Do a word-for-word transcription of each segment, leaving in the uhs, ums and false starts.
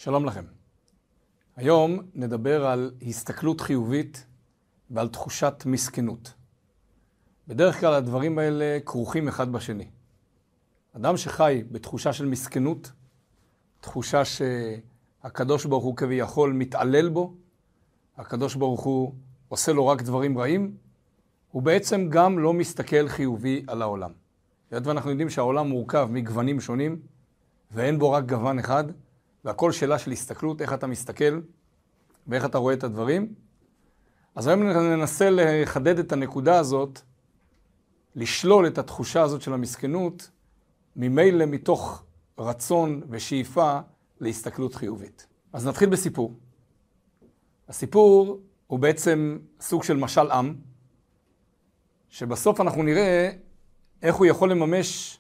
שלום לכם. היום נדבר על הסתכלות חיובית ועל תחושת מסכנות. בדרך כלל הדברים האלה כרוכים אחד בשני. אדם שחי בתחושה של מסכנות, תחושה שהקדוש ברוך הוא כביכול מתעלל בו, הקדוש ברוך הוא עושה לו רק דברים רעים, הוא בעצם גם לא מסתכל חיובי על העולם. היות ואנחנו יודעים שהעולם מורכב מגוונים שונים, ואין בו רק גוון אחד, והכל שאלה של הסתכלות, איך אתה מסתכל ואיך אתה רואה את הדברים. אז היום ננסה לחדד את הנקודה הזאת, לשלול את התחושה הזאת של המסכנות, ממילא מתוך רצון ושאיפה להסתכלות חיובית. אז נתחיל בסיפור. הסיפור הוא בעצם סוג של משל עם, שבסוף אנחנו נראה איך הוא יכול לממש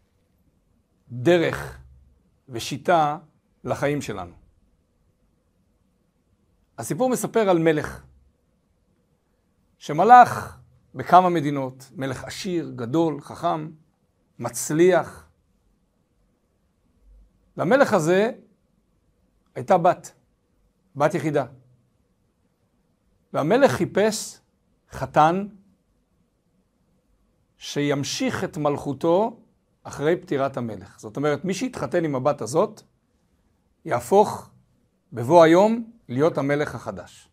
דרך ושיטה לחיים שלנו. הסיפור מספר על מלך שמלך בכמה מדינות, מלך עשיר, גדול, חכם, מצליח. למלך הזה הייתה בת, בת יחידה. והמלך חיפש חתן שימשיך את מלכותו אחרי פטירת המלך. זאת אומרת, מי שיתחתן עם הבת הזאת, יהפוך בבוא היום להיות המלך החדש.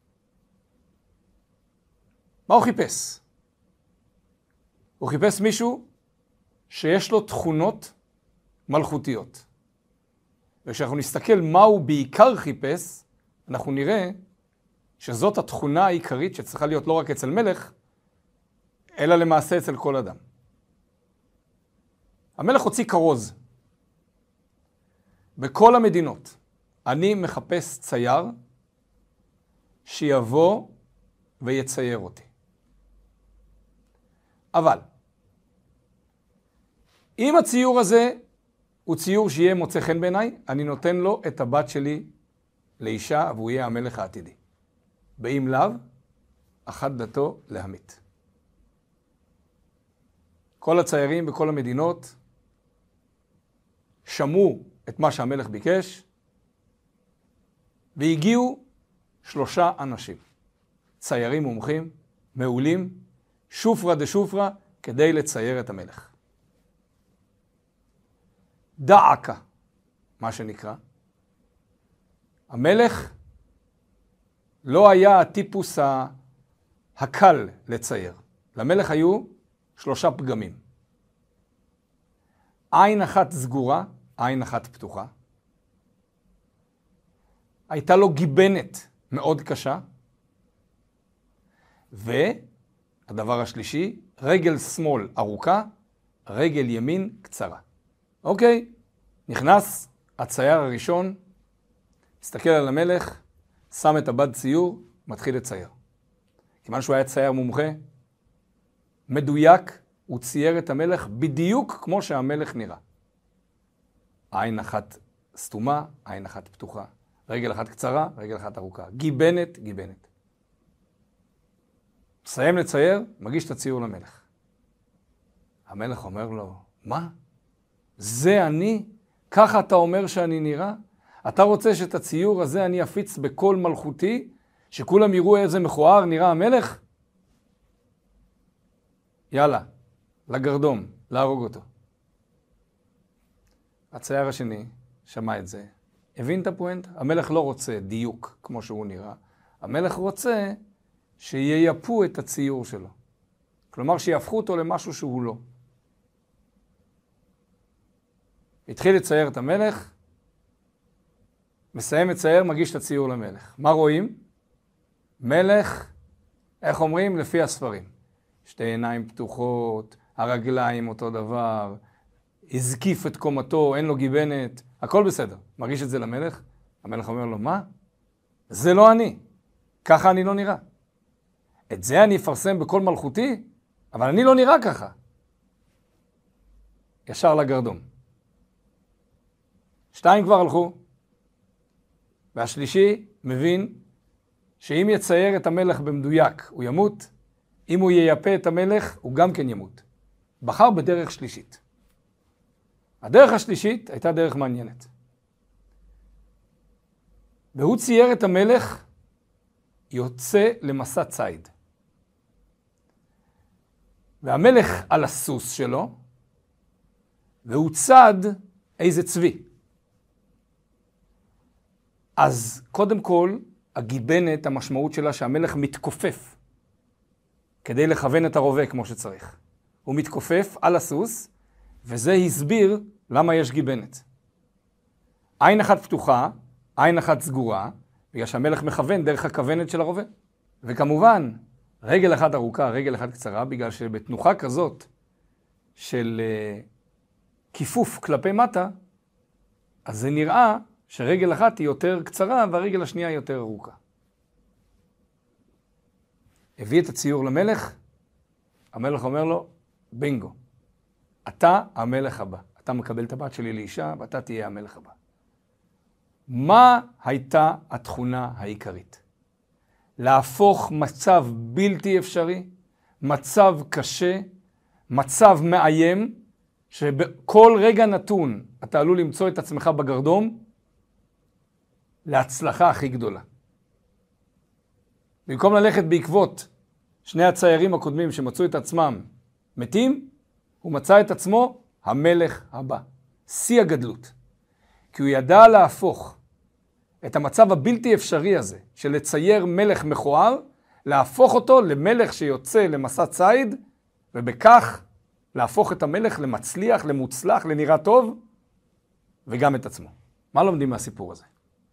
מה הוא חיפש? הוא חיפש מישהו שיש לו תכונות מלכותיות. וכשאנחנו נסתכל מה הוא בעיקר חיפש, אנחנו נראה שזאת התכונה העיקרית שצריכה להיות לא רק אצל מלך, אלא למעשה אצל כל אדם. המלך הוציא כרוז. בכל המדינות, אני מחפש צייר שיבוא ויצייר אותי. אבל, אם הציור הזה הוא ציור שיהיה מוצא חן בעיניי, אני נותן לו את הבת שלי לאישה, והוא יהיה המלך העתידי. באם לאו, אחת דתו להמית. כל הציירים בכל המדינות שמעו את מה שהמלך ביקש, והגיעו שלושה אנשים, ציירים מומחים, מעולים, שופרה דשופרה, כדי לצייר את המלך. דעקה, מה שנקרא. המלך לא היה הטיפוס הקל לצייר. למלך היו שלושה פגמים. עין אחת סגורה, עין אחת פתוחה. הייתה לו גיבנת מאוד קשה. והדבר השלישי, רגל שמאל ארוכה, רגל ימין קצרה. אוקיי, נכנס הצייר הראשון, מסתכל על המלך, שם את הבד ציור, מתחיל לצייר. כיוון שהוא היה צייר מומחה, מדויק, הוא צייר את המלך בדיוק כמו שהמלך נראה. עין אחת סתומה, עין אחת פתוחה. רגל אחת קצרה, רגל אחת ארוכה. גיבנת, גיבנת. מסיים לצייר, מגיש את הציור למלך. המלך אומר לו, מה? זה אני? ככה אתה אומר שאני נראה? אתה רוצה שאת הציור הזה אני אפיץ בכל מלכותי? שכולם יראו איזה מכוער נראה המלך? יאללה, לגרדום, להרוג אותו. הצייר השני שמע את זה, הבין את הפואנטה. המלך לא רוצה דיוק כמו שהוא נראה. המלך רוצה שייפו את הציור שלו. כלומר, שיהפכו אותו למשהו שהוא לא. התחיל לצייר את המלך, מסיים לצייר, מגיש את הציור למלך. מה רואים? מלך, איך אומרים? לפי הספרים. שתי עיניים פתוחות, הרגליים אותו דבר, הזקיף את קומתו, אין לו גיבנת, הכל בסדר. מרגיש את זה למלך, המלך אומר לו, מה? זה לא אני, ככה אני לא נראה. את זה אני אפרסם בכל מלכותי, אבל אני לא נראה ככה. ישר לגרדום. שתיים כבר הלכו, והשלישי מבין שאם יצייר את המלך במדויק, הוא ימות, אם הוא ייפה את המלך, הוא גם כן ימות. בחר בדרך שלישית. הדרך השלישית הייתה דרך מעניינת. והוא צייר את המלך יוצא למסע ציד. והמלך על הסוס שלו, והוא צד איזה צבי. אז קודם כל, הגיבנת, המשמעות שלה שהמלך מתכופף כדי לכוון את הרובה כמו שצריך. הוא מתכופף על הסוס, וזה הסביר למה יש גיבנת. עין אחת פתוחה, עין אחת סגורה, בגלל שהמלך מכוון דרך הכוונת של הרובה. וכמובן, רגל אחת ארוכה, רגל אחת קצרה, בגלל שבתנוחה כזאת של uh, כיפוף כלפי מטה, אז זה נראה שרגל אחת היא יותר קצרה והרגל השנייה היא יותר ארוכה. הביא את הציור למלך, המלך אומר לו, בינגו, אתה המלך הבא. אתה מקבל את הבת שלי לאישה ואתה תהיה המלך הבא. מה הייתה התכונה העיקרית? להפוך מצב בלתי אפשרי, מצב קשה, מצב מאיים, שבכל רגע נתון אתה עלול למצוא את עצמך בגרדום, להצלחה הכי גדולה. במקום ללכת בעקבות שני הציירים הקודמים שמצאו את עצמם מתים, הוא מצא את עצמו המלך הבא. שיא הגדלות. כי הוא ידע להפוך את המצב הבלתי אפשרי הזה, של לצייר מלך מכוער, להפוך אותו למלך שיוצא למסע ציד, ובכך להפוך את המלך למצליח, למוצלח, לנראה טוב, וגם את עצמו. מה לומדים מהסיפור הזה?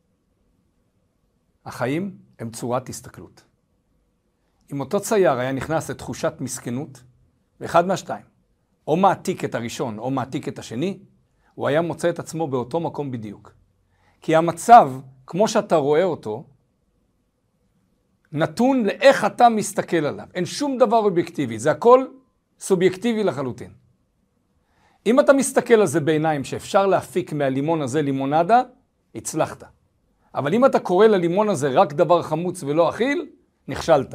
החיים הם צורת הסתכלות. אם אותו צייר היה נכנס לתחושת מסכנות, ואחד מהשתיים, או מעתיק את הראשון או מעתיק את השני, הוא היה מוצא את עצמו באותו מקום בדיוק. כי המצב, כמו שאתה רואה אותו, נתון לאיך אתה מסתכל עליו. אין שום דבר אובייקטיבי, זה הכל סובייקטיבי לחלוטין. אם אתה מסתכל על זה בעיניים שאפשר להפיק מהלימון הזה לימונדה, הצלחת. אבל אם אתה קורא ללימון הזה רק דבר חמוץ ולא אכיל, נכשלת.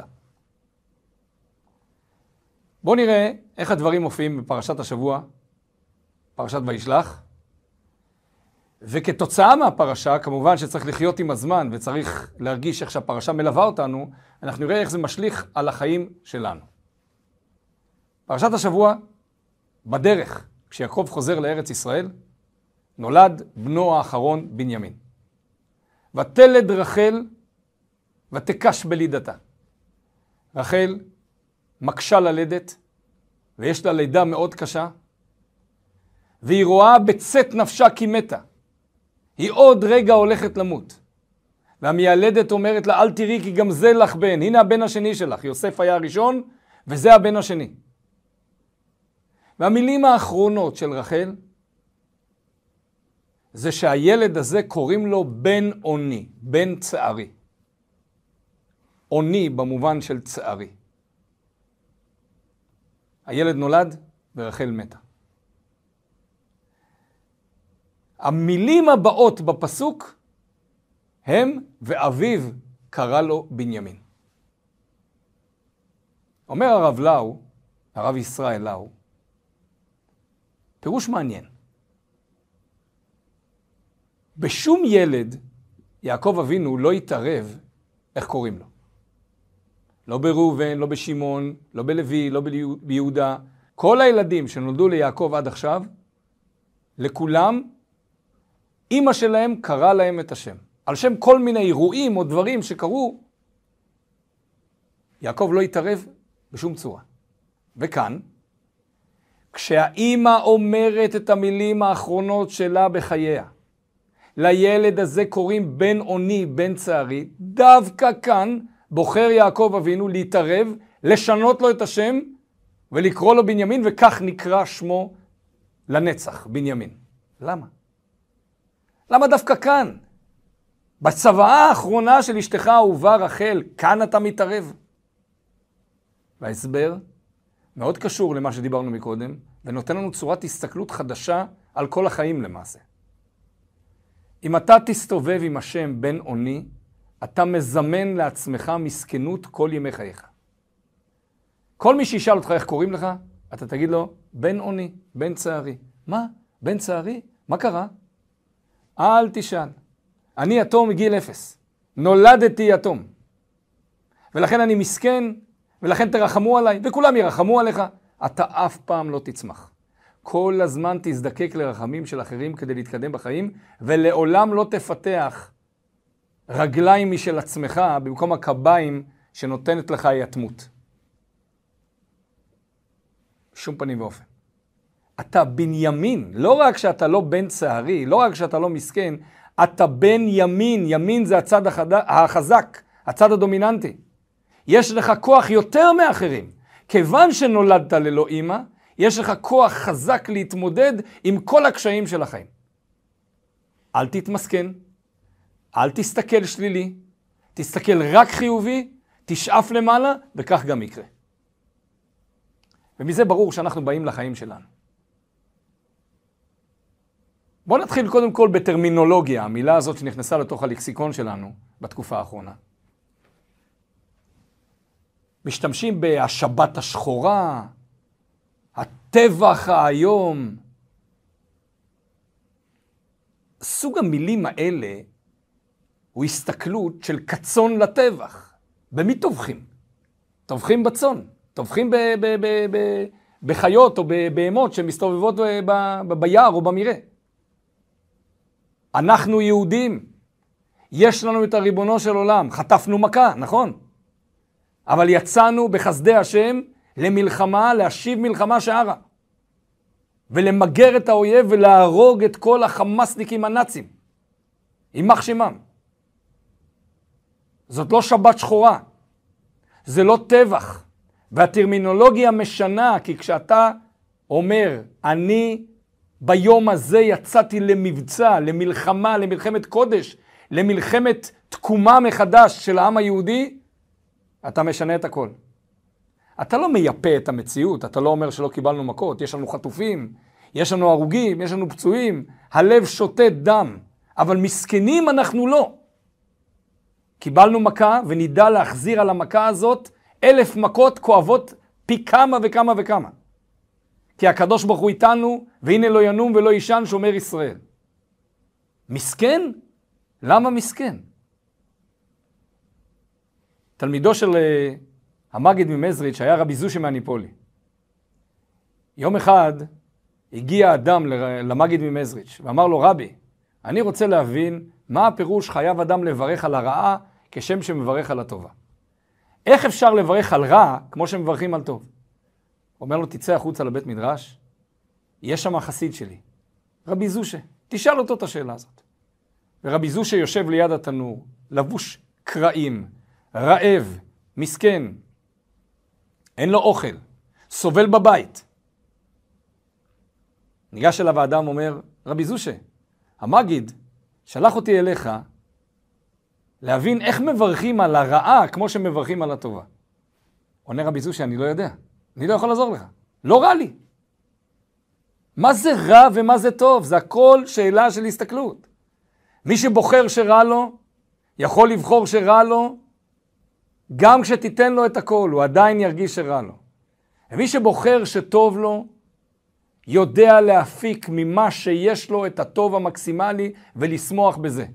בואו נראה איך הדברים מופיעים בפרשת השבוע, פרשת וישלח. וכתוצאה מהפרשה, כמובן שצריך לחיות עם הזמן וצריך להרגיש איך שהפרשה מלווה אותנו, אנחנו נראה איך זה משליך על החיים שלנו. פרשת השבוע, בדרך, כשיעקב חוזר לארץ ישראל, נולד בנו האחרון בנימין. ותלד רחל ותקש בלידתה. רחל מקשה ללדת, ויש לה לידה מאוד קשה, והיא רואה בצאת נפשה כי מתה. היא עוד רגע הולכת למות. והמיילדת אומרת לה, אל תראי כי גם זה לך בן. הנה הבן השני שלך. יוסף היה הראשון, וזה הבן השני. והמילים האחרונות של רחל, זה שהילד הזה קוראים לו בן עוני, בן צערי. עוני במובן של צערי. הילד נולד ורחל מתה. המילים הבאות בפסוק הם ואביו קרא לו בנימין. אומר הרב לאו, הרב ישראל לאו, פירוש מעניין. בשום ילד יעקב אבינו לא יתערב איך קוראים לו. לא בראובן, לא בשמעון, לא בלוי, לא ביהודה. כל הילדים שנולדו ליעקב עד עכשיו, לכולם, אמא שלהם קרא להם את השם. על שם כל מיני אירועים או דברים שקרו, יעקב לא יתערב בשום צורה. וכאן, כשהאמא אומרת את המילים האחרונות שלה בחייה, לילד הזה קוראים בן עוני, בן צערי, דווקא כאן בוחר יעקב אבינו להתערב, לשנות לו את השם ולקרוא לו בנימין, וכך נקרא שמו לנצח, בנימין. למה? למה דווקא כאן? בצוואה האחרונה של אשתך האהובה רחל, כאן אתה מתערב. וההסבר מאוד קשור למה שדיברנו מקודם, ונותן לנו צורת הסתכלות חדשה על כל החיים למעשה. אם אתה תסתובב עם השם בן עוני, אתה מזמן לעצמך מסכנות כל ימי חייך. כל מי שישאל אותך איך קוראים לך, אתה תגיד לו, בן עוני, בן צערי. מה? בן צערי? מה קרה? אל תשאל. אני יתום מגיל אפס. נולדתי יתום. ולכן אני מסכן, ולכן תרחמו עליי, וכולם ירחמו עליך. אתה אף פעם לא תצמח. כל הזמן תזדקק לרחמים של אחרים כדי להתקדם בחיים, ולעולם לא תפתח רגליים משל עצמך במקום הקביים שנותנת לך יתמות. שום פנים ואופן. אתה בן ימין, לא רק שאתה לא בן צערי, לא רק שאתה לא מסכן, אתה בן ימין. ימין זה הצד החד... החזק, הצד הדומיננטי. יש לך כוח יותר מאחרים. כיוון שנולדת ללא אמא, יש לך כוח חזק להתמודד עם כל הקשיים של החיים. אל תתמסכן, אל תסתכל שלילי, תסתכל רק חיובי, תשאף למעלה, וכך גם יקרה. ומזה ברור שאנחנו באים לחיים שלנו. בואו נתחיל קודם כל בטרמינולוגיה, המילה הזאת שנכנסה לתוך הלקסיקון שלנו בתקופה האחרונה. משתמשים בהשבת השחורה, הטבח האיום. סוג המילים האלה הוא הסתכלות של קצון לטבח. במי טובחים? טובחים בצון, טובחים ב- ב- ב- ב- בחיות או בבהמות שמסתובבות ב- ב- ביער או במראה. אנחנו יהודים, יש לנו את הריבונו של עולם, חטפנו מכה, נכון? אבל יצאנו בחסדי השם למלחמה, להשיב מלחמה שערה. ולמגר את האויב ולהרוג את כל החמאסניקים הנאצים. יימח שמם. זאת לא שבת שחורה. זה לא טבח. והטרמינולוגיה משנה, כי כשאתה אומר, אני ביום הזה יצאתי למבצע, למלחמה, למלחמת קודש, למלחמת תקומה מחדש של העם היהודי, אתה משנה את הכל. אתה לא מייפה את המציאות, אתה לא אומר שלא קיבלנו מכות, יש לנו חטופים, יש לנו הרוגים, יש לנו פצועים, הלב שותה דם, אבל מסכנים אנחנו לא. קיבלנו מכה ונדע להחזיר על המכה הזאת אלף מכות כואבות פי כמה וכמה וכמה. כי הקדוש ברוך הוא איתנו, והנה לא ינום ולא ישן שומר ישראל. מסכן? למה מסכן? תלמידו של המגיד ממזריץ' היה רבי זושי מהניפולי. יום אחד הגיע אדם למגיד ממזריץ' ואמר לו, רבי, אני רוצה להבין מה הפירוש חייב אדם לברך על הרעה כשם שמברך על הטובה. איך אפשר לברך על רע כמו שמברכים על טוב? הוא אומר לו, תצא החוצה לבית מדרש, יש שם חסיד שלי, רבי זושי, תשאל אותו את השאלה הזאת. ורבי זושי יושב ליד התנור, לבוש קרעים, רעב, מסכן, אין לו אוכל, סובל בבית. ניגש אליו האדם אומר, רבי זושי, המגיד שלח אותי אליך להבין איך מברכים על הרעה כמו שמברכים על הטובה. עונה רבי זושי, אני לא יודע, אני לא יכול לעזור לך, לא רע לי. מה זה רע ומה זה טוב? זה הכל שאלה של הסתכלות. מי שבוחר שרע לו, יכול לבחור שרע לו, גם כשתיתן לו את הכל, הוא עדיין ירגיש שרע לו. ומי שבוחר שטוב לו, יודע להפיק ממה שיש לו את הטוב המקסימלי ולשמוח בזה.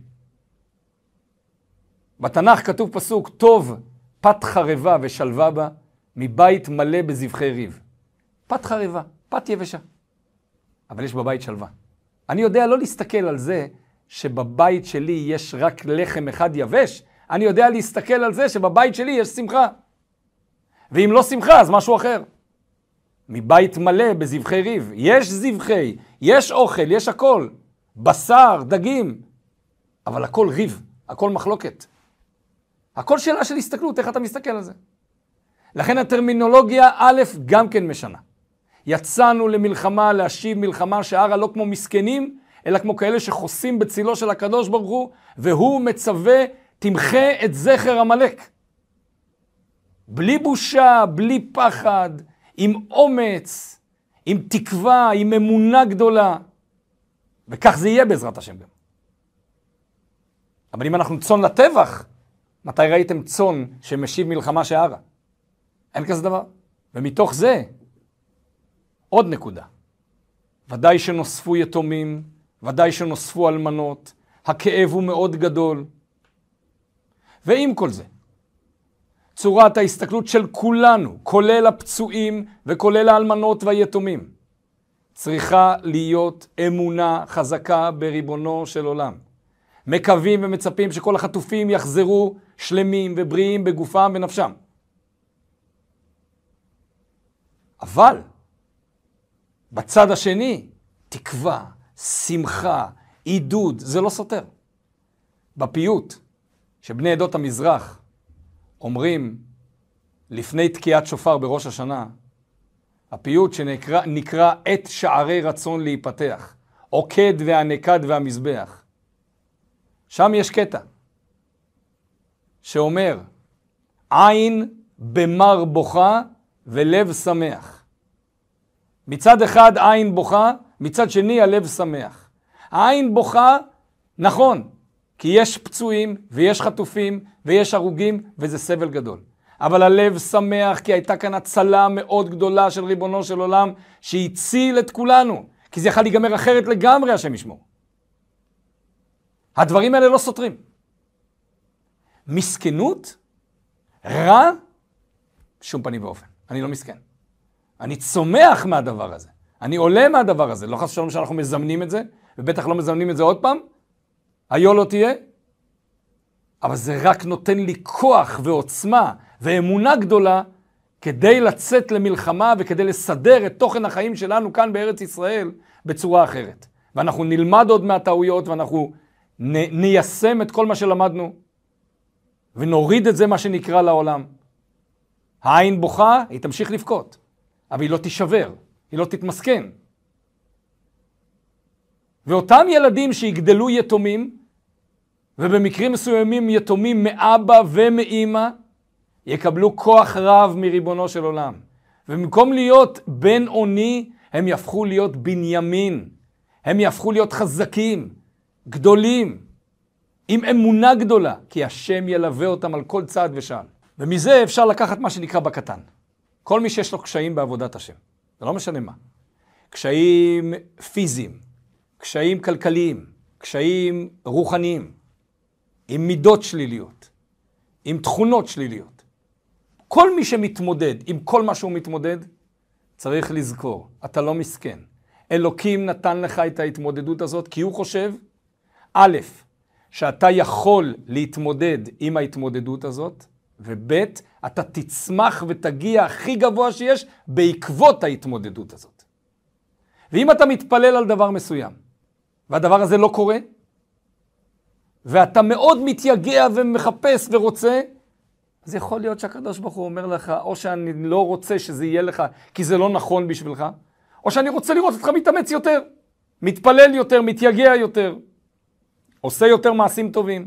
בתנ"ך כתוב פסוק, טוב פת חרבה ושלווה בה, מבית מלא בזבחי ריב. פת חרבה, פת יבשה. אבל יש בבית שלווה. אני יודע לא להסתכל על זה שבבית שלי יש רק לחם אחד יבש, אני יודע להסתכל על זה שבבית שלי יש שמחה. ואם לא שמחה, אז משהו אחר. מבית מלא בזבחי ריב. יש זבחי, יש אוכל, יש הכל. בשר, דגים. אבל הכל ריב, הכל מחלוקת. הכל שאלה של הסתכלות, איך אתה מסתכל על זה. לכן הטרמינולוגיה א' גם כן משנה. יצאנו למלחמה, להשיב מלחמה שערה לא כמו מסכנים, אלא כמו כאלה שחוסים בצילו של הקדוש ברוך הוא, והוא מצווה, תמחה את זכר המלך. בלי בושה, בלי פחד, עם אומץ, עם תקווה, עם אמונה גדולה. וכך זה יהיה בעזרת השם גם. אבל אם אנחנו צאן לטבח, מתי ראיתם צאן שמשיב מלחמה שערה? אין כזה דבר. ומתוך זה, עוד נקודה. ודאי שנוספו יתומים, ודאי שנוספו אלמנות, הכאב הוא מאוד גדול. ועם כל זה, צורת ההסתכלות של כולנו, כולל הפצועים וכולל האלמנות והיתומים, צריכה להיות אמונה חזקה בריבונו של עולם. מקווים ומצפים שכל החטופים יחזרו שלמים ובריאים בגופם ונפשם. אבל בצד השני, תקווה, שמחה, עידוד, זה לא סותר. בפיוט שבני עדות המזרח אומרים לפני תקיעת שופר בראש השנה, הפיוט שנקרא נקרא את שערי רצון להיפתח, עוקד והנקד והמזבח. שם יש קטע שאומר, עין במר בוכה ולב שמח. מצד אחד עין בוכה, מצד שני הלב שמח. העין בוכה, נכון, כי יש פצועים ויש חטופים ויש הרוגים וזה סבל גדול. אבל הלב שמח כי הייתה כאן הצלה מאוד גדולה של ריבונו של עולם שהציל את כולנו. כי זה יכול להיגמר אחרת לגמרי, השם ישמור. הדברים האלה לא סותרים. מסכנות, רע, שום פנים ואופן. אני לא מסכן. אני צומח מהדבר הזה. אני עולה מהדבר הזה. לא חס ושלום שאנחנו מזמנים את זה, ובטח לא מזמנים את זה עוד פעם. היו לא תהיה. אבל זה רק נותן לי כוח ועוצמה ואמונה גדולה כדי לצאת למלחמה וכדי לסדר את תוכן החיים שלנו כאן בארץ ישראל בצורה אחרת. ואנחנו נלמד עוד מהטעויות ואנחנו נ, ניישם את כל מה שלמדנו ונוריד את זה מה שנקרא לעולם. העין בוכה, היא תמשיך לבכות, אבל היא לא תישבר, היא לא תתמסכן. ואותם ילדים שיגדלו יתומים, ובמקרים מסוימים יתומים מאבא ומאמא, יקבלו כוח רב מריבונו של עולם. ובמקום להיות בן עוני, הם יהפכו להיות בנימין. הם יהפכו להיות חזקים, גדולים, עם אמונה גדולה, כי השם ילווה אותם על כל צעד ושעל. ומזה אפשר לקחת מה שנקרא בקטן. כל מי שיש לו קשיים בעבודת השם, זה לא משנה מה. קשיים פיזיים, קשיים כלכליים, קשיים רוחניים, עם מידות שליליות, עם תכונות שליליות. כל מי שמתמודד עם כל מה שהוא מתמודד, צריך לזכור, אתה לא מסכן. אלוקים נתן לך את ההתמודדות הזאת, כי הוא חושב, א', שאתה יכול להתמודד עם ההתמודדות הזאת, וב', אתה תצמח ותגיע הכי גבוה שיש בעקבות ההתמודדות הזאת. ואם אתה מתפלל על דבר מסוים, והדבר הזה לא קורה, ואתה מאוד מתייגע ומחפש ורוצה, אז יכול להיות שהקדוש ברוך הוא אומר לך, או שאני לא רוצה שזה יהיה לך, כי זה לא נכון בשבילך, או שאני רוצה לראות אותך מתאמץ יותר, מתפלל יותר, מתייגע יותר, עושה יותר מעשים טובים.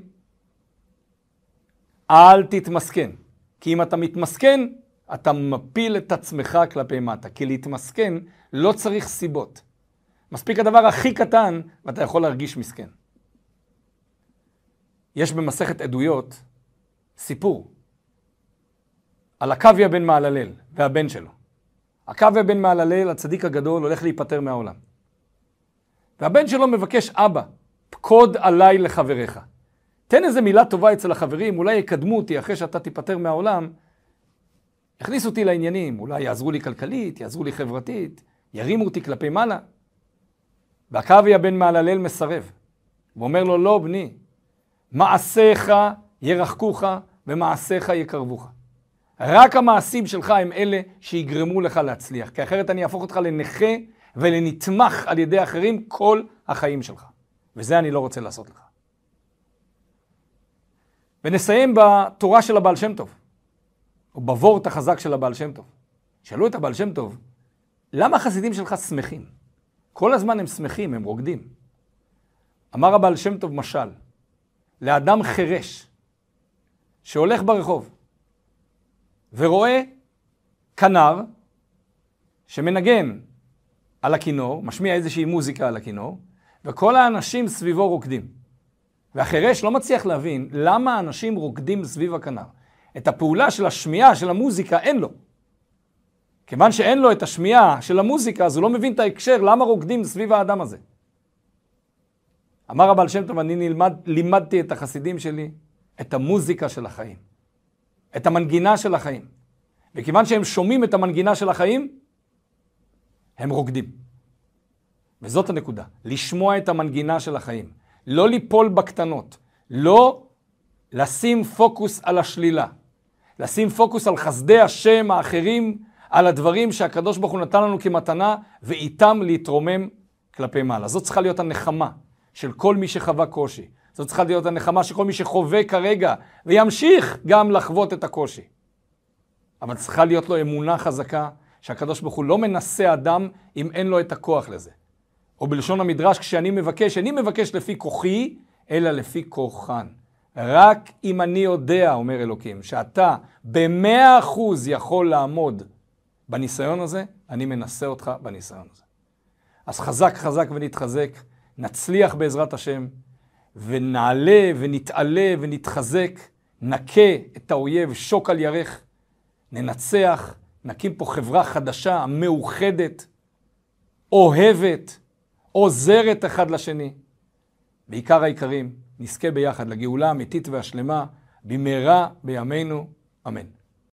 אל תתמסכן, כי אם אתה מתמסכן, אתה מפיל את עצמך כלפי מטה, כי להתמסכן לא צריך סיבות. מספיק הדבר הכי קטן, ואתה יכול להרגיש מסכן. יש במסכת עדויות סיפור על עקביה בן מהללל והבן שלו. עקביה בן מהללל, הצדיק הגדול, הולך להיפטר מהעולם. והבן שלו מבקש, אבא, פקוד עליי לחבריך. תן איזה מילה טובה אצל החברים, אולי יקדמו אותי אחרי שאתה תיפטר מהעולם, הכניסו אותי לעניינים, אולי יעזרו לי כלכלית, יעזרו לי חברתית, ירימו אותי כלפי מעלה. ועקביה בן מהללל מסרב, ואומר לו, לא בני, מעשיך ירחקוך ומעשיך יקרבוך. רק המעשים שלך הם אלה שיגרמו לך להצליח, כי אחרת אני אהפוך אותך לנכה ולנתמך על ידי אחרים כל החיים שלך. וזה אני לא רוצה לעשות לך. ונסיים בתורה של הבעל שם טוב, או בוורט החזק של הבעל שם טוב. שאלו את הבעל שם טוב, למה החסידים שלך שמחים? כל הזמן הם שמחים, הם רוקדים. אמר הבעל שם טוב משל, לאדם חרש שהולך ברחוב ורואה כנר שמנגן על הכינור, משמיע איזושהי מוזיקה על הכינור, וכל האנשים סביבו רוקדים. והחרש לא מצליח להבין למה האנשים רוקדים סביב הכנר. את הפעולה של השמיעה של המוזיקה אין לו. כיוון שאין לו את השמיעה של המוזיקה, אז הוא לא מבין את ההקשר למה רוקדים סביב האדם הזה. אמר הבעל שם טוב, אני נלמד, לימדתי את החסידים שלי את המוזיקה של החיים, את המנגינה של החיים. וכיוון שהם שומעים את המנגינה של החיים, הם רוקדים. וזאת הנקודה, לשמוע את המנגינה של החיים. לא ליפול בקטנות, לא לשים פוקוס על השלילה, לשים פוקוס על חסדי השם האחרים, על הדברים שהקדוש ברוך הוא נתן לנו כמתנה, ואיתם להתרומם כלפי מעלה. זאת צריכה להיות הנחמה של כל מי שחווה קושי. זאת צריכה להיות הנחמה של כל מי שחווה כרגע, וימשיך גם לחוות את הקושי. אבל צריכה להיות לו אמונה חזקה, שהקדוש ברוך הוא לא מנסה אדם אם אין לו את הכוח לזה. או בלשון המדרש, כשאני מבקש, אני מבקש לפי כוחי, אלא לפי כוחן. רק אם אני יודע, אומר אלוקים, שאתה במאה אחוז יכול לעמוד בניסיון הזה, אני מנסה אותך בניסיון הזה. אז חזק חזק ונתחזק, נצליח בעזרת השם, ונעלה ונתעלה ונתחזק, נקה את האויב שוק על ירך, ננצח, נקים פה חברה חדשה, מאוחדת, אוהבת, עוזרת אחד לשני. בעיקר העיקרים, נזכה ביחד לגאולה האמיתית והשלמה, במהרה בימינו, אמן.